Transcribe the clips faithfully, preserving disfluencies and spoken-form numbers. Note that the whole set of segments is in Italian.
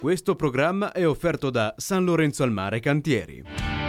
Questo programma è offerto da San Lorenzo al Mare Cantieri.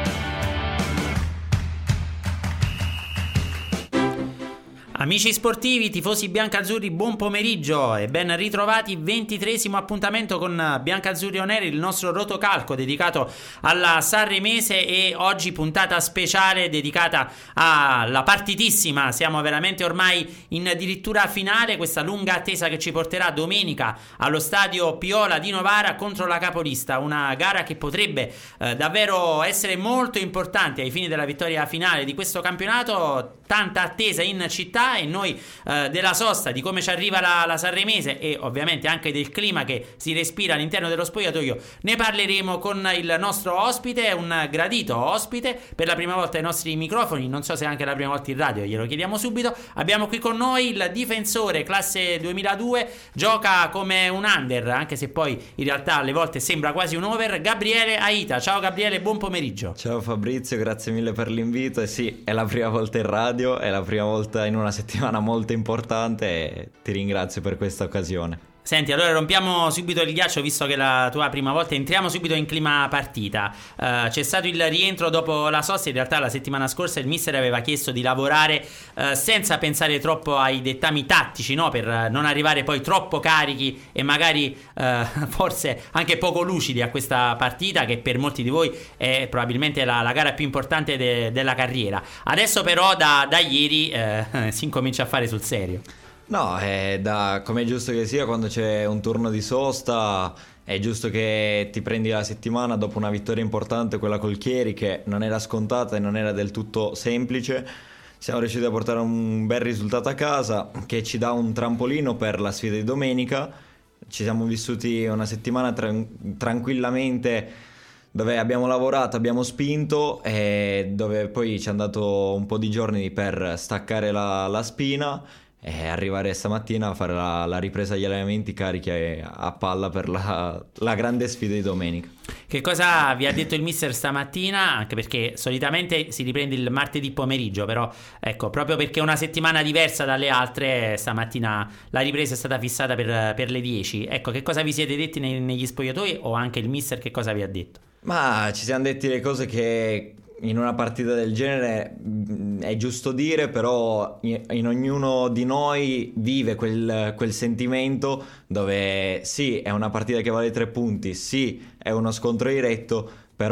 Amici sportivi, tifosi biancazzurri, buon pomeriggio e ben ritrovati. Ventitresimo appuntamento con Biancazzurri On Air, il nostro rotocalco dedicato alla Sanremese, e oggi puntata speciale dedicata alla partitissima. Siamo veramente ormai in addirittura finale, questa lunga attesa che ci porterà domenica allo stadio Piola di Novara contro la capolista, una gara che potrebbe eh, davvero essere molto importante ai fini della vittoria finale di questo campionato. Tanta attesa in città, e noi eh, della sosta, di come ci arriva la, la Sanremese e ovviamente anche del clima che si respira all'interno dello spogliatoio ne parleremo con il nostro ospite, un gradito ospite per la prima volta ai nostri microfoni, non so se anche la prima volta in radio, glielo chiediamo subito. Abbiamo qui con noi il difensore classe duemiladue, gioca come un under, anche se poi in realtà alle volte sembra quasi un over, Gabriele Aita. Ciao Gabriele, buon pomeriggio. Ciao Fabrizio, grazie mille per l'invito. E sì, è la prima volta in radio, è la prima volta in una settimana molto importante e ti ringrazio per questa occasione. Senti, allora rompiamo subito il ghiaccio, visto che è la tua prima volta, entriamo subito in clima partita. Uh, c'è stato il rientro dopo la sosta. In realtà la settimana scorsa il mister aveva chiesto di lavorare uh, senza pensare troppo ai dettami tattici, no? Per non arrivare poi troppo carichi e magari uh, forse anche poco lucidi a questa partita, che per molti di voi è probabilmente la, la gara più importante de- della carriera. Adesso però da, da ieri uh, si incomincia a fare sul serio. No, è da, come è giusto che sia, quando c'è un turno di sosta è giusto che ti prendi la settimana dopo una vittoria importante, quella col Chieri, che non era scontata e non era del tutto semplice. Siamo riusciti a portare un bel risultato a casa che ci dà un trampolino per la sfida di domenica. Ci siamo vissuti una settimana tra- tranquillamente, dove abbiamo lavorato, abbiamo spinto, e dove poi ci hanno dato un po' di giorni per staccare la, la spina e arrivare stamattina a fare la, la ripresa degli allenamenti carichi a palla per la, la grande sfida di domenica. Che cosa vi ha detto il mister stamattina? Anche perché solitamente si riprende il martedì pomeriggio, però ecco, proprio perché è una settimana diversa dalle altre, stamattina la ripresa è stata fissata per, per le dieci. Ecco, che cosa vi siete detti nei, negli spogliatoi, o anche il mister che cosa vi ha detto? Ma ci siamo detti le cose che in una partita del genere è giusto dire, però in ognuno di noi vive quel, quel sentimento dove sì, è una partita che vale tre punti, sì, è uno scontro diretto,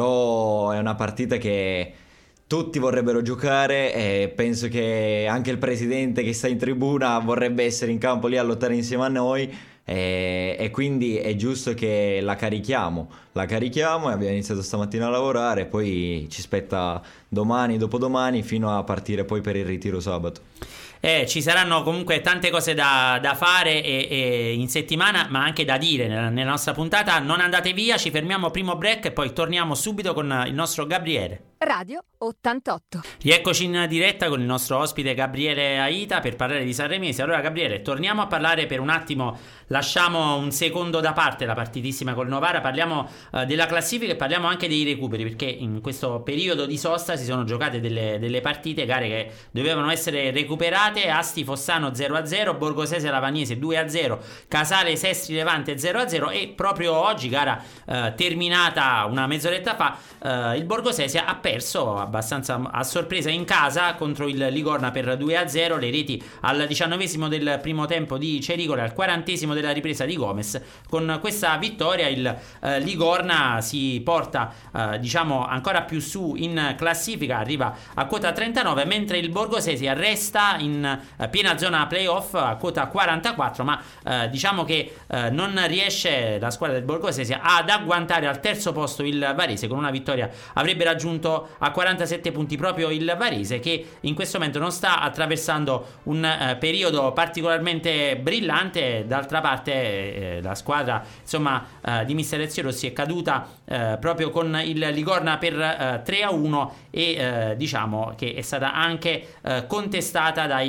però è una partita che tutti vorrebbero giocare, e penso che anche il presidente che sta in tribuna vorrebbe essere in campo lì a lottare insieme a noi. E, e quindi è giusto che la carichiamo la carichiamo e abbiamo iniziato stamattina a lavorare, poi ci spetta domani, dopodomani, fino a partire poi per il ritiro sabato. Eh, ci saranno comunque tante cose da, da fare e, e in settimana, ma anche da dire nella, nella nostra puntata. Non andate via, ci fermiamo primo break e poi torniamo subito con il nostro Gabriele. Radio ottantotto. Rieccoci in diretta con il nostro ospite Gabriele Aita per parlare di Sanremese. Allora Gabriele, torniamo a parlare per un attimo, lasciamo un secondo da parte la partitissima col Novara, parliamo uh, della classifica e parliamo anche dei recuperi, perché in questo periodo di sosta si sono giocate delle, delle partite, gare che dovevano essere recuperate. Asti Fossano zero a zero, Borgosese Lavagnese due a zero, Casale Sestri Levante zero a zero, e proprio oggi, gara uh, terminata una mezz'oretta fa, uh, il Borgosese ha perso abbastanza a sorpresa in casa contro il Ligorna per due a zero, le reti al diciannovesimo del primo tempo di Cericolo e al quarantesimo della ripresa di Gomez. Con questa vittoria il eh, Ligorna si porta eh, diciamo ancora più su in classifica, arriva a quota trentanove, mentre il Borgosese resta in eh, piena zona playoff a quota quarantaquattro, ma eh, diciamo che eh, non riesce la squadra del Borgosese ad agguantare al terzo posto il Varese. Con una vittoria avrebbe raggiunto a quarantasette punti proprio il Varese, che in questo momento non sta attraversando un eh, periodo particolarmente brillante. D'altra parte eh, la squadra insomma eh, di mister Ezio Rossi è caduta eh, proprio con il Ligorna per eh, tre a uno, e eh, diciamo che è stata anche eh, contestata dai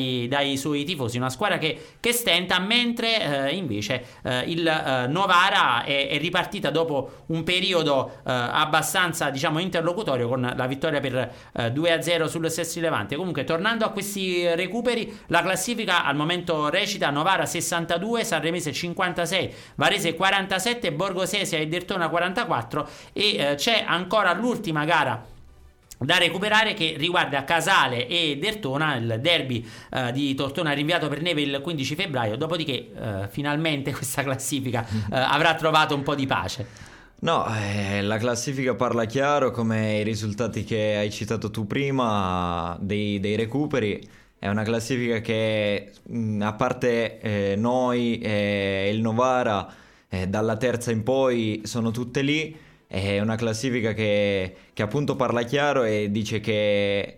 dai, dai suoi tifosi, una squadra che, che stenta, mentre eh, invece eh, il eh, Novara è, è ripartita dopo un periodo eh, abbastanza, diciamo, interlocutorio, con la vittoria per eh, due a zero sul Sestri Levante. Comunque, tornando a questi recuperi, la classifica al momento recita: Novara sessantadue, Sanremese cinquantasei, Varese quarantasette, Borgosesia e Dertona quarantaquattro, e eh, c'è ancora l'ultima gara da recuperare, che riguarda Casale e Dertona, il derby eh, di Tortona rinviato per neve il quindici febbraio, dopodiché eh, finalmente questa classifica eh, avrà trovato un po' di pace. No, eh, la classifica parla chiaro, come i risultati che hai citato tu prima dei, dei recuperi. È una classifica che, mh, a parte eh, noi e il Novara, eh, dalla terza in poi sono tutte lì. È una classifica che, che appunto parla chiaro e dice che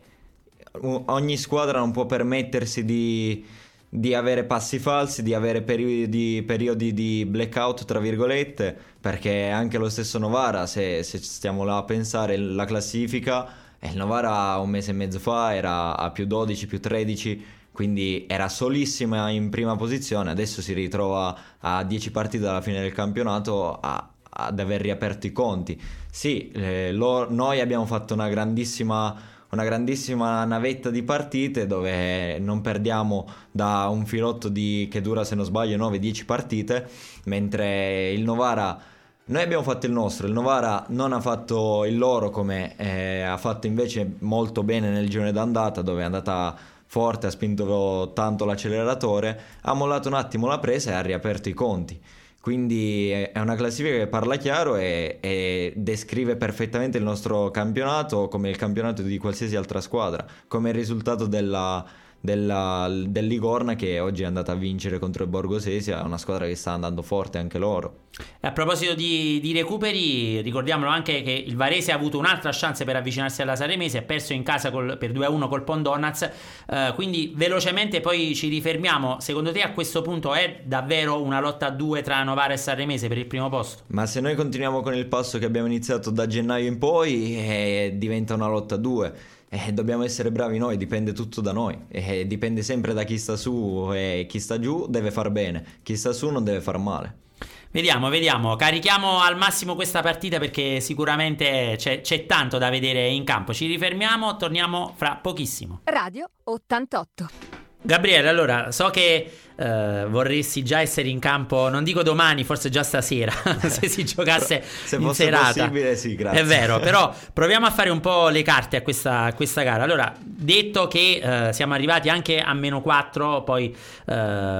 ogni squadra non può permettersi di, di avere passi falsi, di avere periodi, periodi di blackout, tra virgolette, perché anche lo stesso Novara, se, se stiamo là a pensare la classifica, il Novara un mese e mezzo fa era a più dodici, più tredici, quindi era solissima in prima posizione, adesso si ritrova a dieci partite dalla fine del campionato a ad aver riaperto i conti. Sì, eh, lo, noi abbiamo fatto una grandissima, una grandissima navetta di partite dove non perdiamo da un filotto di, che dura, se non sbaglio, nove dieci partite, mentre il Novara, noi abbiamo fatto il nostro, il Novara non ha fatto il loro, come eh, ha fatto invece molto bene nel girone d'andata, dove è andata forte, ha spinto tanto l'acceleratore, ha mollato un attimo la presa e ha riaperto i conti. Quindi è una classifica che parla chiaro e, e descrive perfettamente il nostro campionato, come il campionato di qualsiasi altra squadra, come il risultato della, della, del Ligorna, che oggi è andata a vincere contro il Borgosesia, una squadra che sta andando forte anche loro. E a proposito di, di recuperi, ricordiamolo anche che il Varese ha avuto un'altra chance per avvicinarsi alla Sanremese, ha perso in casa col, per due a uno col Pondonaz, eh, quindi velocemente poi ci rifermiamo. Secondo te a questo punto è davvero una lotta a due tra Novara e Sanremese per il primo posto? Ma se noi continuiamo con il passo che abbiamo iniziato da gennaio in poi, eh, diventa una lotta a due. Eh, dobbiamo essere bravi noi, dipende tutto da noi, eh, dipende sempre da chi sta su, e chi sta giù deve far bene, chi sta su non deve far male. Vediamo, vediamo, carichiamo al massimo questa partita, perché sicuramente c'è, c'è tanto da vedere in campo. Ci rifermiamo, torniamo fra pochissimo. Radio ottantotto. Gabriele, allora, so che uh, vorresti già essere in campo, non dico domani, forse già stasera, se si giocasse se in fosse serata. Possibile, sì, grazie. È vero, però proviamo a fare un po' le carte a questa, a questa gara. Allora, detto che uh, siamo arrivati anche a meno quattro, poi uh,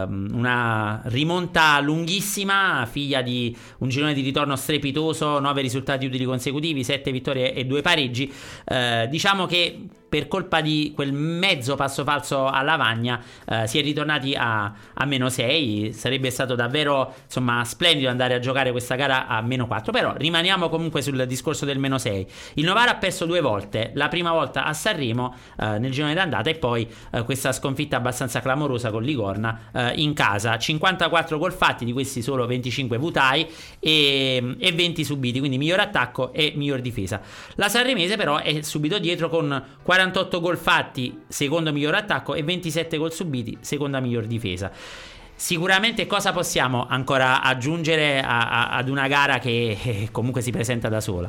una rimonta lunghissima, figlia di un girone di ritorno strepitoso, nove risultati utili consecutivi, sette vittorie e due pareggi, uh, diciamo che per colpa di quel mezzo passo falso a Lavagna eh, si è ritornati a, a meno sei. Sarebbe stato davvero, insomma, splendido andare a giocare questa gara a meno quattro, però rimaniamo comunque sul discorso del meno sei. Il Novara ha perso due volte, la prima volta a Sanremo eh, nel girone d'andata, e poi eh, questa sconfitta abbastanza clamorosa con Ligorna eh, in casa. cinquantaquattro gol fatti, di questi solo venticinque Vutai e, e venti subiti, quindi miglior attacco e miglior difesa. La Sanremese però è subito dietro con quarantotto gol fatti, secondo miglior attacco, e ventisette gol subiti, seconda miglior difesa. Sicuramente cosa possiamo ancora aggiungere a, a, ad una gara che eh, comunque si presenta da sola?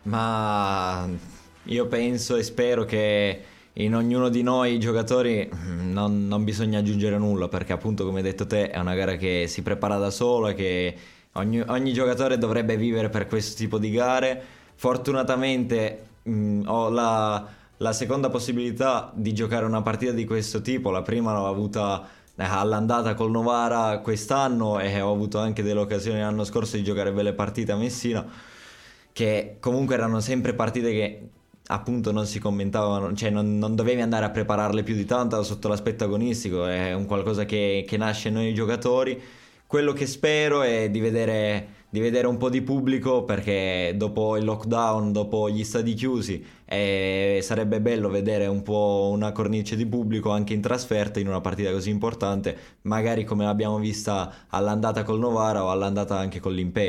Ma io penso e spero che in ognuno di noi giocatori non, non bisogna aggiungere nulla, perché appunto, come hai detto te, è una gara che si prepara da sola, che ogni, ogni giocatore dovrebbe vivere per questo tipo di gare. Fortunatamente mh, ho la... la seconda possibilità di giocare una partita di questo tipo. La prima l'ho avuta all'andata col Novara quest'anno, e ho avuto anche delle occasioni l'anno scorso di giocare belle partite a Messina, che comunque erano sempre partite che appunto non si commentavano, cioè non, non dovevi andare a prepararle più di tanto sotto l'aspetto agonistico, è un qualcosa che, che nasce in noi giocatori. Quello che spero è di vedere di vedere un po' di pubblico, perché dopo il lockdown, dopo gli stadi chiusi, eh, sarebbe bello vedere un po' una cornice di pubblico anche in trasferta in una partita così importante, magari come l'abbiamo vista all'andata col Novara o all'andata anche con l'Imperia.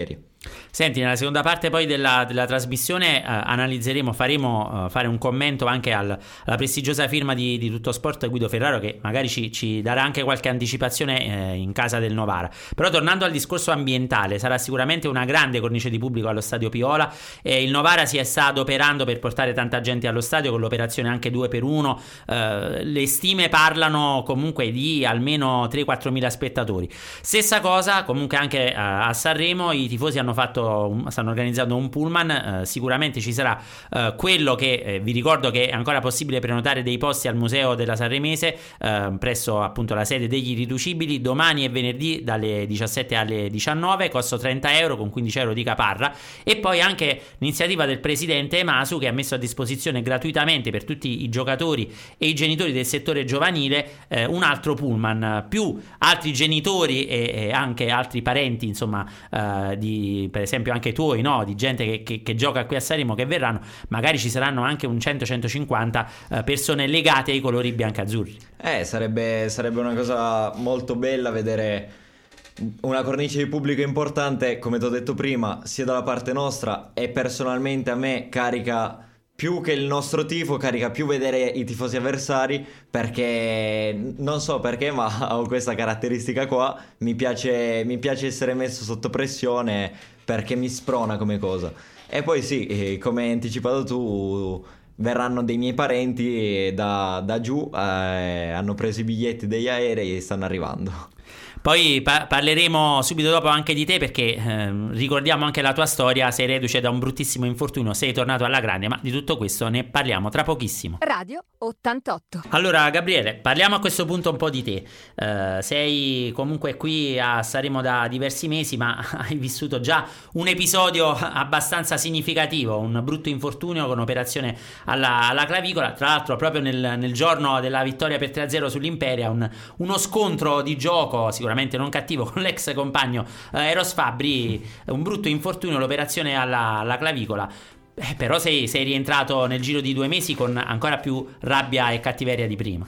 Senti, nella seconda parte poi della, della trasmissione eh, analizzeremo, faremo eh, fare un commento anche al, alla prestigiosa firma di, di Tuttosport Guido Ferraro, che magari ci, ci darà anche qualche anticipazione eh, in casa del Novara. Però tornando al discorso ambientale, sarà sicuramente una grande cornice di pubblico allo stadio Piola, e il Novara si è sta adoperando per portare tanta gente allo stadio con l'operazione anche due per uno. Eh, le stime parlano comunque di almeno tre quattro mila spettatori. Stessa cosa comunque anche eh, a Sanremo, i tifosi hanno fatto, stanno organizzando un pullman, eh, sicuramente ci sarà eh, quello che eh, vi ricordo che è ancora possibile prenotare dei posti al Museo della Sanremese eh, presso appunto la sede degli irriducibili domani e venerdì dalle diciassette alle diciannove, costo trenta euro con quindici euro di caparra, e poi anche l'iniziativa del presidente Emasu, che ha messo a disposizione gratuitamente per tutti i giocatori e i genitori del settore giovanile eh, un altro pullman, più altri genitori e, e anche altri parenti, insomma eh, di, per esempio anche tuoi, no? Di gente che, che, che gioca qui a Sanremo, che verranno, magari ci saranno anche un cento centocinquanta eh, persone legate ai colori biancazzurri. Eh, sarebbe, sarebbe una cosa molto bella vedere una cornice di pubblico importante, come ti ho detto prima, sia dalla parte nostra, e personalmente a me carica più che il nostro tifo, carica più vedere i tifosi avversari, perché non so perché, ma ho questa caratteristica qua, mi piace, mi piace essere messo sotto pressione perché mi sprona come cosa. E poi sì, come hai anticipato tu, verranno dei miei parenti da, da giù, eh, hanno preso i biglietti degli aerei e stanno arrivando. Poi pa- parleremo subito dopo anche di te, perché ehm, ricordiamo anche la tua storia, sei reduce da un bruttissimo infortunio, sei tornato alla grande, ma di tutto questo ne parliamo tra pochissimo. Radio ottantotto. Allora Gabriele, parliamo a questo punto un po' di te. Uh, sei comunque qui a Sanremo da diversi mesi, ma hai vissuto già un episodio abbastanza significativo, un brutto infortunio con operazione alla, alla clavicola, tra l'altro proprio nel, nel giorno della vittoria per tre a zero sull'Imperia, un, uno scontro di gioco sicuramente non cattivo con l'ex compagno uh, Eros Fabri, un brutto infortunio, l'operazione alla, alla clavicola. Eh, però sei, sei rientrato nel giro di due mesi con ancora più rabbia e cattiveria di prima.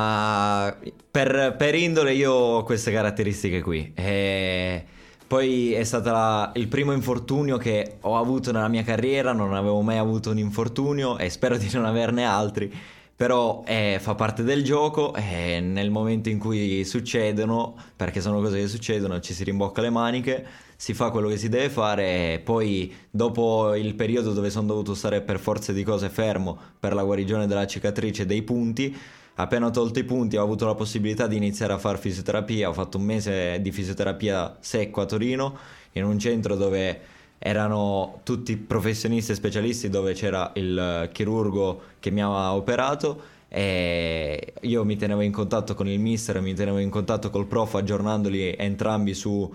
Ma per, per indole io ho queste caratteristiche qui. E poi è stato la, il primo infortunio che ho avuto nella mia carriera, non avevo mai avuto un infortunio e spero di non averne altri. Però eh, fa parte del gioco, e nel momento in cui succedono, perché sono cose che succedono, ci si rimbocca le maniche, si fa quello che si deve fare, e poi dopo il periodo dove sono dovuto stare per forza di cose fermo per la guarigione della cicatrice e dei punti, appena ho tolto i punti ho avuto la possibilità di iniziare a fare fisioterapia. Ho fatto un mese di fisioterapia secco a Torino, in un centro dove erano tutti professionisti e specialisti, dove c'era il chirurgo che mi aveva operato, e io mi tenevo in contatto con il mister, mi tenevo in contatto col prof, aggiornandoli entrambi su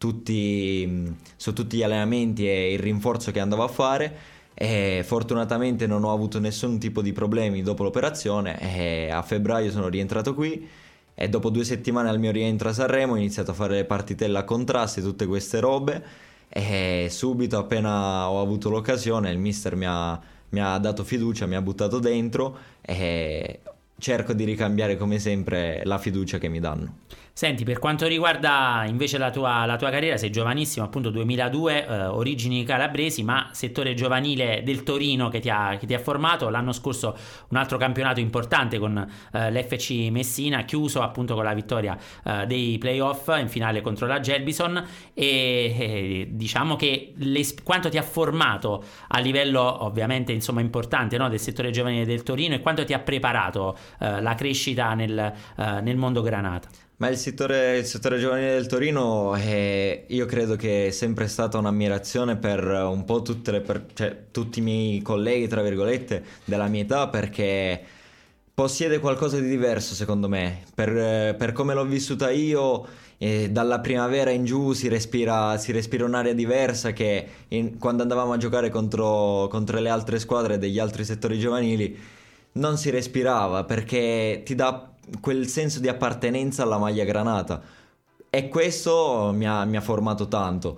tutti, su tutti gli allenamenti e il rinforzo che andavo a fare, e fortunatamente non ho avuto nessun tipo di problemi dopo l'operazione, e a febbraio sono rientrato qui. E dopo due settimane al mio rientro a Sanremo ho iniziato a fare le partitelle a contrasti, tutte queste robe. E subito, appena ho avuto l'occasione, il mister mi ha, mi ha dato fiducia, mi ha buttato dentro, e cerco di ricambiare come sempre la fiducia che mi danno. Senti, per quanto riguarda invece la tua, la tua carriera, sei giovanissimo, appunto duemiladue, eh, origini calabresi, ma settore giovanile del Torino che ti ha, che ti ha formato. L'anno scorso un altro campionato importante con eh, l'F C Messina, chiuso appunto con la vittoria eh, dei playoff in finale contro la Gelbison, e eh, diciamo che le, quanto ti ha formato a livello ovviamente insomma importante, no, del settore giovanile del Torino, e quanto ti ha preparato eh, la crescita nel, eh, nel mondo granata. Ma il settore, il settore giovanile del Torino è, io credo che è sempre stata un'ammirazione per un po' tutte le per, cioè, tutti i miei colleghi, tra virgolette, della mia età, perché possiede qualcosa di diverso secondo me. Per, per come l'ho vissuta io, eh, dalla primavera in giù si respira, si respira un'aria diversa che in, quando andavamo a giocare contro, contro le altre squadre degli altri settori giovanili non si respirava, perché ti dà quel senso di appartenenza alla maglia granata, e questo mi ha, mi ha formato tanto.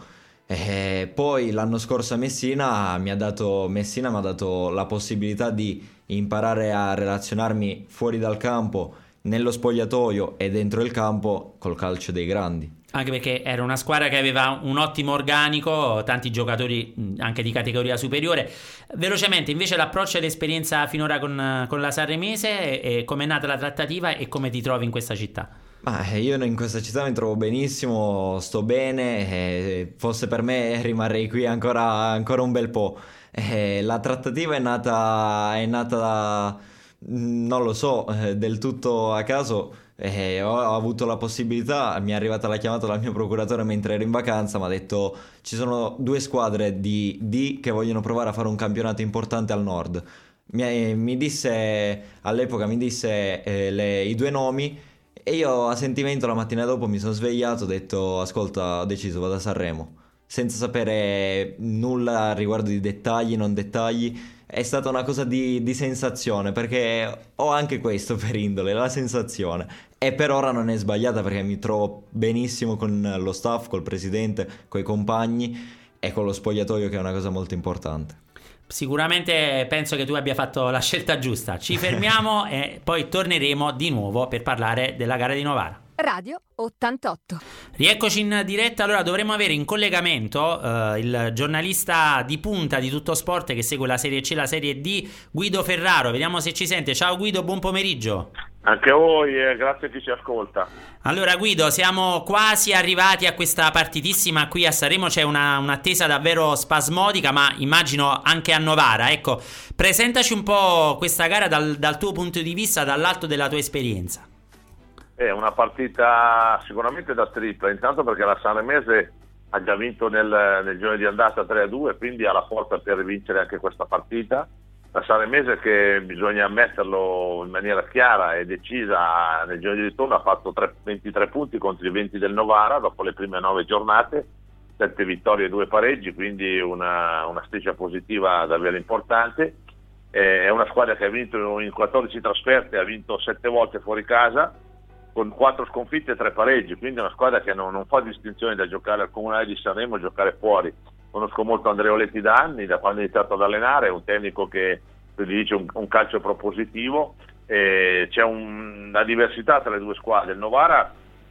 E poi l'anno scorso a Messina mi ha dato Messina mi ha dato la possibilità di imparare a relazionarmi fuori dal campo, nello spogliatoio e dentro il campo, col calcio dei grandi. Anche perché era una squadra che aveva un ottimo organico, tanti giocatori mh, anche di categoria superiore. Velocemente, invece, l'approccio e l'esperienza finora con, con la Sanremese, e, e come è nata la trattativa e come ti trovi in questa città? Ma eh, io in questa città mi trovo benissimo, sto bene, eh, fosse per me rimarrei qui ancora, ancora un bel po'. Eh, la trattativa è nata, è nata da, non lo so, eh, del tutto a caso. Eh, ho, ho avuto la possibilità, mi è arrivata la chiamata dal mio procuratore mentre ero in vacanza, mi ha detto ci sono due squadre di D che vogliono provare a fare un campionato importante al nord. Mi, mi disse, all'epoca mi disse eh, le, i due nomi, e io a sentimento la mattina dopo mi sono svegliato, ho detto ascolta, ho deciso, vado a Sanremo, senza sapere nulla riguardo di dettagli, non dettagli. È stata una cosa di, di sensazione, perché ho anche questo per indole, la sensazione, e per ora non è sbagliata, perché mi trovo benissimo con lo staff, col presidente, coi compagni e con lo spogliatoio, che è una cosa molto importante. Sicuramente penso che tu abbia fatto la scelta giusta. Ci fermiamo e poi torneremo di nuovo per parlare della gara di Novara. Radio ottantotto. Rieccoci in diretta. Allora dovremmo avere in collegamento eh, il giornalista di punta di Tutto Sport che segue la Serie C e la Serie D, Guido Ferraro. Vediamo se ci sente. Ciao Guido, buon pomeriggio. Anche a voi, eh, grazie a chi ci ascolta. Allora Guido, siamo quasi arrivati a questa partitissima. Qui a Sanremo c'è una, un'attesa davvero spasmodica, ma immagino anche a Novara. Ecco, presentaci un po' questa gara dal, dal tuo punto di vista, dall'alto della tua esperienza. È una partita sicuramente da tripla, intanto perché la Sanremese ha già vinto nel, nel giorno di andata tre a due, quindi ha la forza per vincere anche questa partita. La Sanremese, che bisogna ammetterlo in maniera chiara e decisa, nel giorno di ritorno ha fatto ventitré punti contro i venti del Novara dopo le prime nove giornate, sette vittorie e due pareggi, quindi una, una striscia positiva davvero importante. È una squadra che ha vinto in quattordici trasferte, ha vinto sette volte fuori casa, con quattro sconfitte e tre pareggi, quindi è una squadra che non, non fa distinzione da giocare al Comunale di Sanremo, giocare fuori. Conosco molto Andreoletti da anni, da quando ha iniziato ad allenare, è un tecnico che predilige un, un calcio propositivo, e c'è un, una diversità tra le due squadre. Il Novara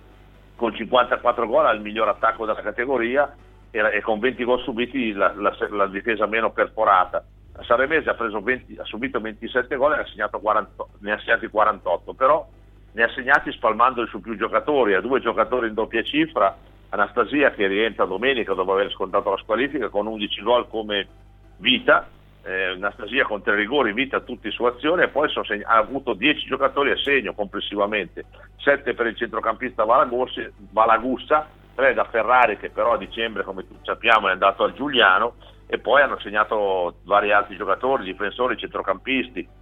con cinquantaquattro gol ha il miglior attacco della categoria e, e con venti gol subiti la, la, la difesa meno perforata. La Sanremese ha, preso venti, ha subito ventisette gol e ha segnato quaranta, ne ha segnati quarantotto, però ne ha segnati spalmandoli su più giocatori, ha due giocatori in doppia cifra, Anastasia che rientra domenica dopo aver scontato la squalifica con undici gol come Vita, eh, Anastasia con tre rigori, Vita tutti su azione, e poi sono segn- ha avuto dieci giocatori a segno complessivamente, sette per il centrocampista Valagussi, Valagussa, tre da Ferrari che però a dicembre come tutti sappiamo è andato al Giuliano, e poi hanno segnato vari altri giocatori, difensori, centrocampisti.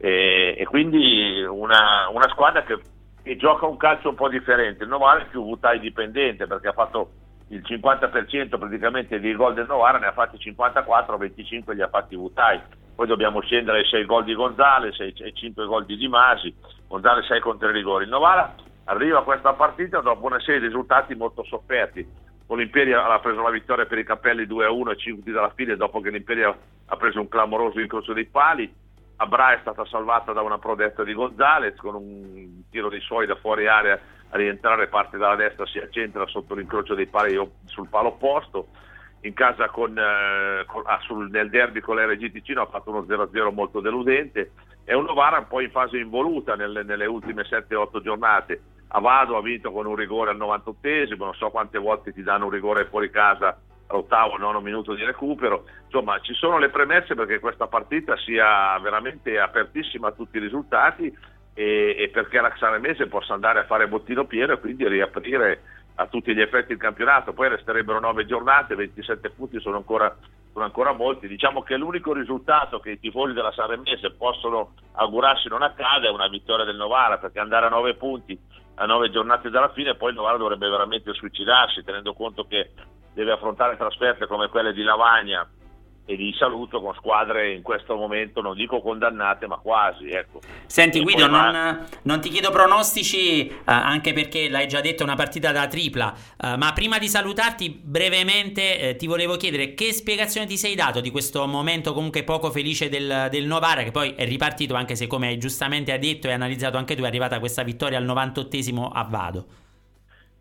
E, e quindi una, una squadra che, che gioca un calcio un po' differente. Il Novara è più Vutai dipendente, perché ha fatto il cinquanta per cento praticamente dei gol del Novara, ne ha fatti cinquantaquattro, venticinque li ha fatti Vutai. Poi dobbiamo scendere ai sei gol di Gonzales, ai cinque gol di Di Masi, Gonzales sei con tre rigori. Il Novara arriva a questa partita dopo una serie di risultati molto sofferti. Con l'Imperia ha preso la vittoria per i Cappelli due a uno e cinque dalla fine, dopo che l'Imperia ha preso un clamoroso incrocio dei pali. A Bra è stata salvata da una prodetta di Gonzales con un tiro dei suoi da fuori area a rientrare, parte dalla destra, si accentra sotto l'incrocio dei pali sul palo opposto. In casa con, eh, con ah, sul, nel derby con l'R G Ticino ha fatto uno zero a zero molto deludente. È un Novara un po' in fase involuta nelle, nelle ultime sette otto giornate. A Vado ha vinto con un rigore al novantottesimo, non so quante volte ti danno un rigore fuori casa all'ottavo, nono minuto di recupero. Insomma, ci sono le premesse perché questa partita sia veramente apertissima a tutti i risultati e, e perché la Sanremese possa andare a fare bottino pieno e quindi riaprire a tutti gli effetti il campionato. Poi resterebbero nove giornate, ventisette punti sono ancora, sono ancora molti. Diciamo che l'unico risultato che i tifosi della Sanremese possono augurarsi non accada è una vittoria del Novara, perché andare a nove punti a nove giornate dalla fine, poi il Novara dovrebbe veramente suicidarsi, tenendo conto che deve affrontare trasferte come quelle di Lavagna e di Saluto, con squadre in questo momento non dico condannate ma quasi, ecco. Senti e Guido, non, ma... non ti chiedo pronostici, eh, anche perché l'hai già detto, è una partita da tripla, eh, ma prima di salutarti brevemente eh, ti volevo chiedere che spiegazione ti sei dato di questo momento comunque poco felice del, del Novara, che poi è ripartito, anche se come giustamente hai detto e analizzato anche tu è arrivata questa vittoria al novantottesimo a Vado.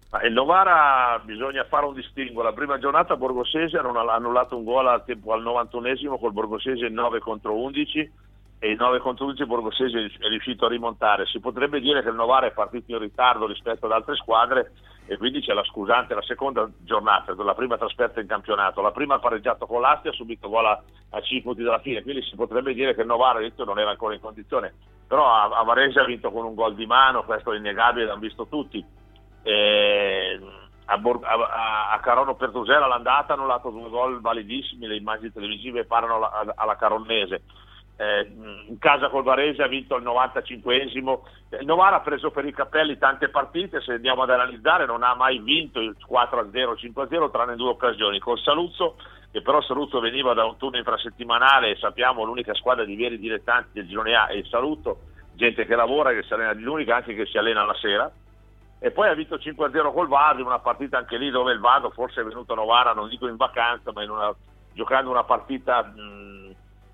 Ma il Novara bisogna fare un distinguo. La prima giornata a Borgosese hanno annullato un gol al tempo al novantunesimo col Borgosese nove contro undici e il nove contro undici Borgosese è riuscito a rimontare. Si potrebbe dire che il Novara è partito in ritardo rispetto ad altre squadre e quindi c'è la scusante. La seconda giornata, la prima trasferta in campionato, la prima ha pareggiato con l'Asti, ha subito gol a, a cinque minuti dalla fine, quindi si potrebbe dire che il Novara non era ancora in condizione, però a, a Varese ha vinto con un gol di mano, questo è innegabile, l'hanno visto tutti. Eh, a, Bor- a, a Carono Pertusera all'andata hanno dato due gol validissimi, le immagini televisive parlano alla, alla caronnese. Eh, in casa col Varese ha vinto il novantacinquesimo. Il Novara ha preso per i capelli tante partite, se andiamo ad analizzare non ha mai vinto il quattro a zero, cinque a zero tranne due occasioni col Saluzzo, che però Saluzzo veniva da un turno infrasettimanale e sappiamo l'unica squadra di veri dilettanti del girone A è il Saluzzo, gente che lavora, che si allena di l'unica, anche che si allena la sera. E poi ha vinto cinque a zero col Vado, in una partita anche lì dove il Vado forse è venuto a Novara, non dico in vacanza, ma in una, giocando una partita mh,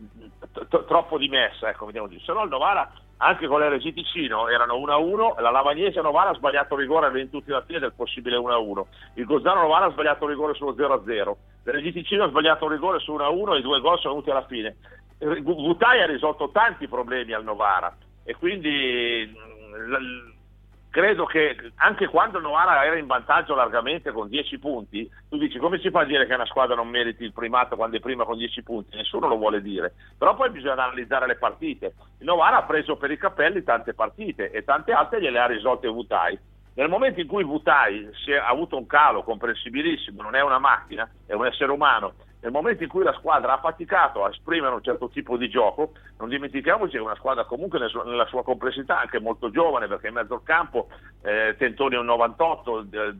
t- troppo dimessa, ecco, vediamo di. Se no il Novara, anche con l'R G Ticino, erano uno a uno, la Lavagnese Novara ha sbagliato rigore a venti alla fine del possibile uno a uno, il Gozzano Novara ha sbagliato rigore sullo zero a zero, l'R G Ticino ha sbagliato rigore su uno a uno e i due gol sono venuti alla fine. Vutai ha risolto tanti problemi al Novara e quindi l- credo che anche quando il Novara era in vantaggio largamente con dieci punti, tu dici come si fa a dire che una squadra non meriti il primato quando è prima con dieci punti? Nessuno lo vuole dire, però poi bisogna analizzare le partite. Il Novara ha preso per i capelli tante partite e tante altre gliele ha risolte Vutai. Nel momento in cui Vutai si è, ha avuto un calo comprensibilissimo, non è una macchina, è un essere umano, nel momento in cui la squadra ha faticato a esprimere un certo tipo di gioco, non dimentichiamoci che è una squadra comunque nella sua complessità anche molto giovane, perché in mezzo al campo eh, Tentoni è un novantotto, eh,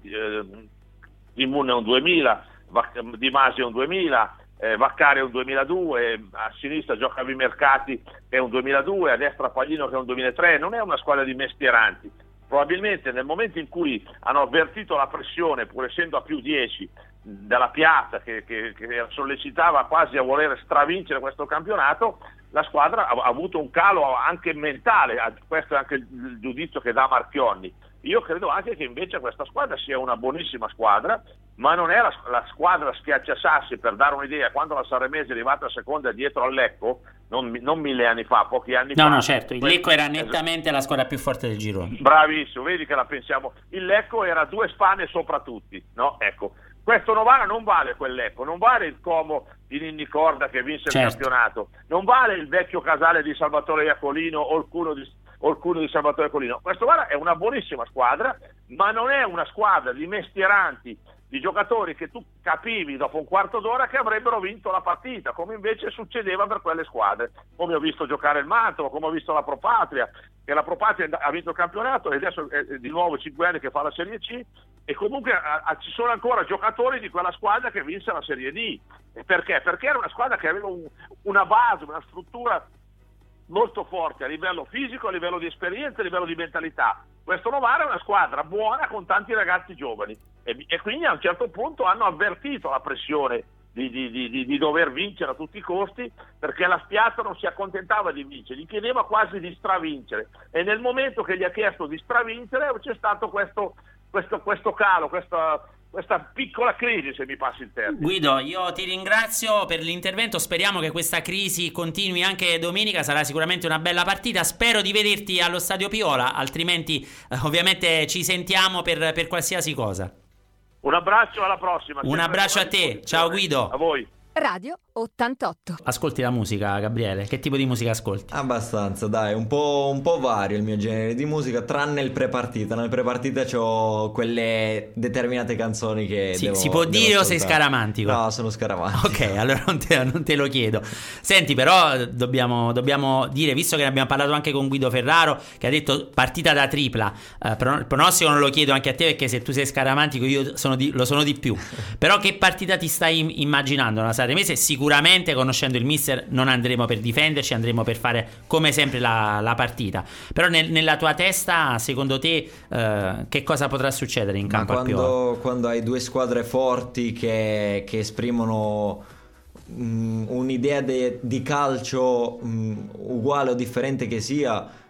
Di Mun è un duemila, Di Masi è un duemila, eh, Vaccari è un duemiladue, a sinistra gioca Vimercati che è un duemiladue, a destra Paglino che è un duemilatré, non è una squadra di mestieranti. Probabilmente nel momento in cui hanno avvertito la pressione, pur essendo a più dieci, dalla piazza che, che, che sollecitava quasi a voler stravincere questo campionato, la squadra ha, ha avuto un calo anche mentale, questo è anche il giudizio che dà Marchionni. Io credo anche che invece questa squadra sia una buonissima squadra, ma non è la, la squadra schiacciasassi. Per dare un'idea, quando la Saremese è arrivata a seconda dietro al Lecco, non, non mille anni fa, pochi anni no, fa. No, no, certo, il Lecco era nettamente la squadra più forte del girone. Bravissimo, vedi che la pensiamo. Il Lecco era due spanne sopra tutti, no? Ecco, questo Novara non vale quel Lecco, non vale il Como di Ninni Corda che vinse certo. il campionato, non vale il vecchio casale di Salvatore Iacolino o il culo di o il culo di Salvatore Iacolino. Questo guarda è una buonissima squadra, ma non è una squadra di mestieranti, di giocatori che tu capivi dopo un quarto d'ora che avrebbero vinto la partita, come invece succedeva per quelle squadre, come ho visto giocare il Mantova, come ho visto la Pro Patria, che la Pro Patria ha vinto il campionato e adesso è di nuovo cinque anni che fa la Serie C, e comunque a, a, ci sono ancora giocatori di quella squadra che vinse la Serie D. E perché? Perché era una squadra che aveva un, una base, una struttura molto forte a livello fisico, a livello di esperienza, a livello di mentalità. Questo Novara è una squadra buona con tanti ragazzi giovani e, e quindi a un certo punto hanno avvertito la pressione di, di, di, di dover vincere a tutti i costi, perché la Spiazza non si accontentava di vincere, gli chiedeva quasi di stravincere, e nel momento che gli ha chiesto di stravincere c'è stato questo, questo, questo calo, questa questa piccola crisi, se mi passi il termine. Guido, io ti ringrazio per l'intervento, speriamo che questa crisi continui anche domenica, sarà sicuramente una bella partita, spero di vederti allo Stadio Piola, altrimenti eh, ovviamente ci sentiamo per, per qualsiasi cosa. Un abbraccio, alla prossima. Un abbraccio a te, ciao Guido. A voi. Radio ottantotto. Ascolti la musica, Gabriele? Che tipo di musica ascolti? Abbastanza, dai, un po', un po' vario il mio genere di musica, tranne il pre-partita. Nel pre-partita c'ho quelle determinate canzoni che sì, devo, si può devo dire ascoltare. O sei scaramantico? No, sono scaramantico. Ok, allora non te, non te lo chiedo. Senti, però dobbiamo, dobbiamo dire, visto che ne abbiamo parlato anche con Guido Ferraro, che ha detto partita da tripla, eh, però il pronostico non lo chiedo anche a te, perché se tu sei scaramantico io sono di, lo sono di più. Però che partita ti stai immaginando? Una Saremese? Sicuramente, conoscendo il mister, non andremo per difenderci, andremo per fare come sempre la, la partita. Però nel, nella tua testa, secondo te, eh, che cosa potrà succedere in campo? Ma a quando, quando hai due squadre forti che, che esprimono mh, un'idea de, di calcio mh, uguale o differente che sia,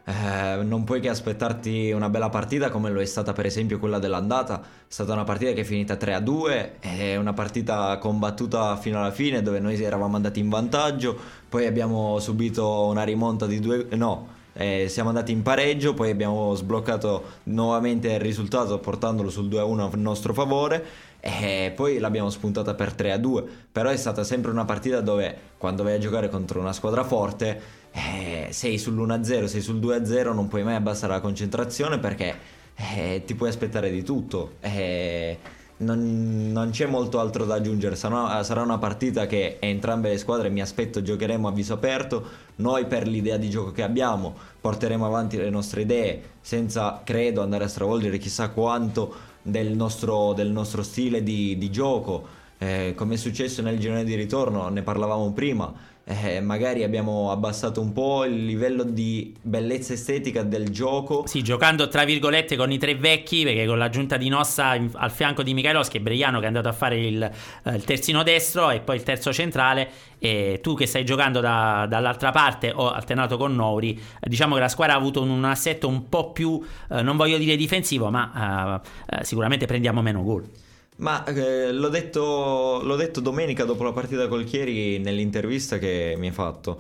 eh, non puoi che aspettarti una bella partita come lo è stata per esempio quella dell'andata. È stata una partita che è finita tre a due, è una partita combattuta fino alla fine dove noi eravamo andati in vantaggio, poi abbiamo subito una rimonta di due, no, eh, siamo andati in pareggio, poi abbiamo sbloccato nuovamente il risultato portandolo sul due a uno a nostro favore e poi l'abbiamo spuntata per tre a due. Però è stata sempre una partita dove quando vai a giocare contro una squadra forte, eh, sei sull'uno a zero, sei sul due a zero, non puoi mai abbassare la concentrazione perché eh, ti puoi aspettare di tutto. Eh, non, non c'è molto altro da aggiungere. Sarà, sarà una partita che entrambe le squadre, mi aspetto, giocheremo a viso aperto. Noi, per l'idea di gioco che abbiamo, porteremo avanti le nostre idee senza, credo, andare a stravolgere chissà quanto del nostro, del nostro stile di, di gioco. Eh, come è successo nel girone di ritorno, ne parlavamo prima. Eh, magari abbiamo abbassato un po' il livello di bellezza estetica del gioco. Sì, giocando tra virgolette con i tre vecchi, perché con l'aggiunta di Nossa in, al fianco di Mikhailovski e Breiano che è andato a fare il, eh, il terzino destro e poi il terzo centrale, e tu che stai giocando da, dall'altra parte o alternato con Nouri, eh, diciamo che la squadra ha avuto un, un assetto un po' più, eh, non voglio dire difensivo, ma eh, eh, sicuramente prendiamo meno gol. Ma eh, l'ho detto, l'ho detto domenica dopo la partita col Chieri nell'intervista che mi hai fatto.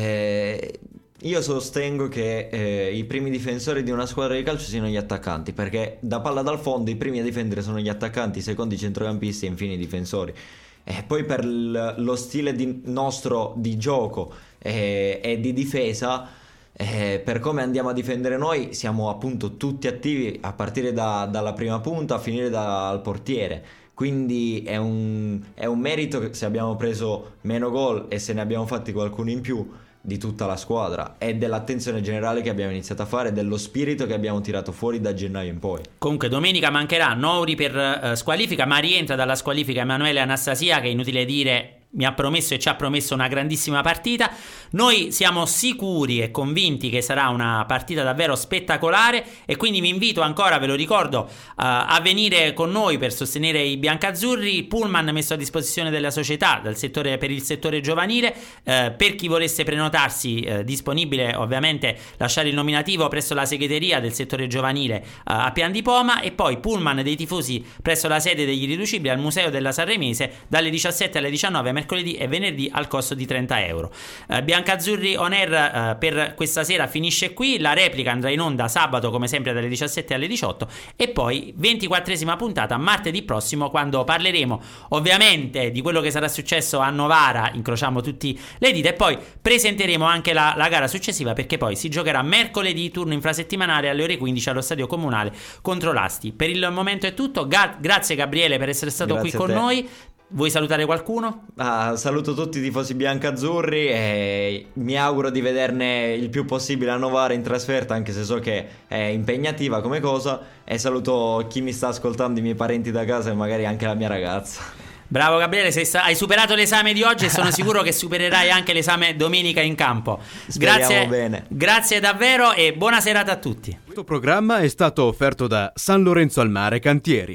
Eh, io sostengo che eh, i primi difensori di una squadra di calcio siano gli attaccanti, perché da palla dal fondo i primi a difendere sono gli attaccanti, i secondi i centrocampisti e infine i difensori. E poi per l- lo stile di nostro di gioco eh, e di difesa, Eh, per come andiamo a difendere noi, siamo appunto tutti attivi a partire da, dalla prima punta a finire dal portiere. Quindi è un, è un merito che se abbiamo preso meno gol e se ne abbiamo fatti qualcuno in più di tutta la squadra e dell'attenzione generale che abbiamo iniziato a fare, dello spirito che abbiamo tirato fuori da gennaio in poi. Comunque domenica mancherà Nouri per uh, squalifica, ma rientra dalla squalifica Emanuele Anastasia, che è inutile dire mi ha promesso e ci ha promesso una grandissima partita. Noi siamo sicuri e convinti che sarà una partita davvero spettacolare e quindi vi invito ancora, ve lo ricordo, uh, a venire con noi per sostenere i biancazzurri. Il pullman messo a disposizione della società dal settore, per il settore giovanile, uh, per chi volesse prenotarsi, uh, disponibile ovviamente lasciare il nominativo presso la segreteria del settore giovanile uh, a Pian di Poma, e poi pullman dei tifosi presso la sede degli irriducibili al Museo della Sanremese dalle diciassette alle diciannove mercoledì e venerdì al costo di trenta euro. Uh, Biancazzurri On Air uh, per questa sera finisce qui. La replica andrà in onda sabato come sempre dalle diciassette alle diciotto e poi ventiquattresima puntata martedì prossimo, quando parleremo ovviamente di quello che sarà successo a Novara, incrociamo tutti le dita, e poi presenteremo anche la, la gara successiva, perché poi si giocherà mercoledì turno infrasettimanale alle ore quindici allo stadio comunale contro l'Asti. Per il momento è tutto. Ga- grazie Gabriele per essere stato Grazie qui con noi. Vuoi salutare qualcuno? Ah, saluto tutti i tifosi biancazzurri e mi auguro di vederne il più possibile a Novara in trasferta, anche se so che è impegnativa come cosa, e saluto chi mi sta ascoltando, i miei parenti da casa e magari anche la mia ragazza. Bravo Gabriele, sei sta- hai superato l'esame di oggi e sono sicuro che supererai anche l'esame domenica in campo. Speriamo Grazie, bene. grazie davvero e buona serata a tutti. Questo programma è stato offerto da San Lorenzo al Mare Cantieri.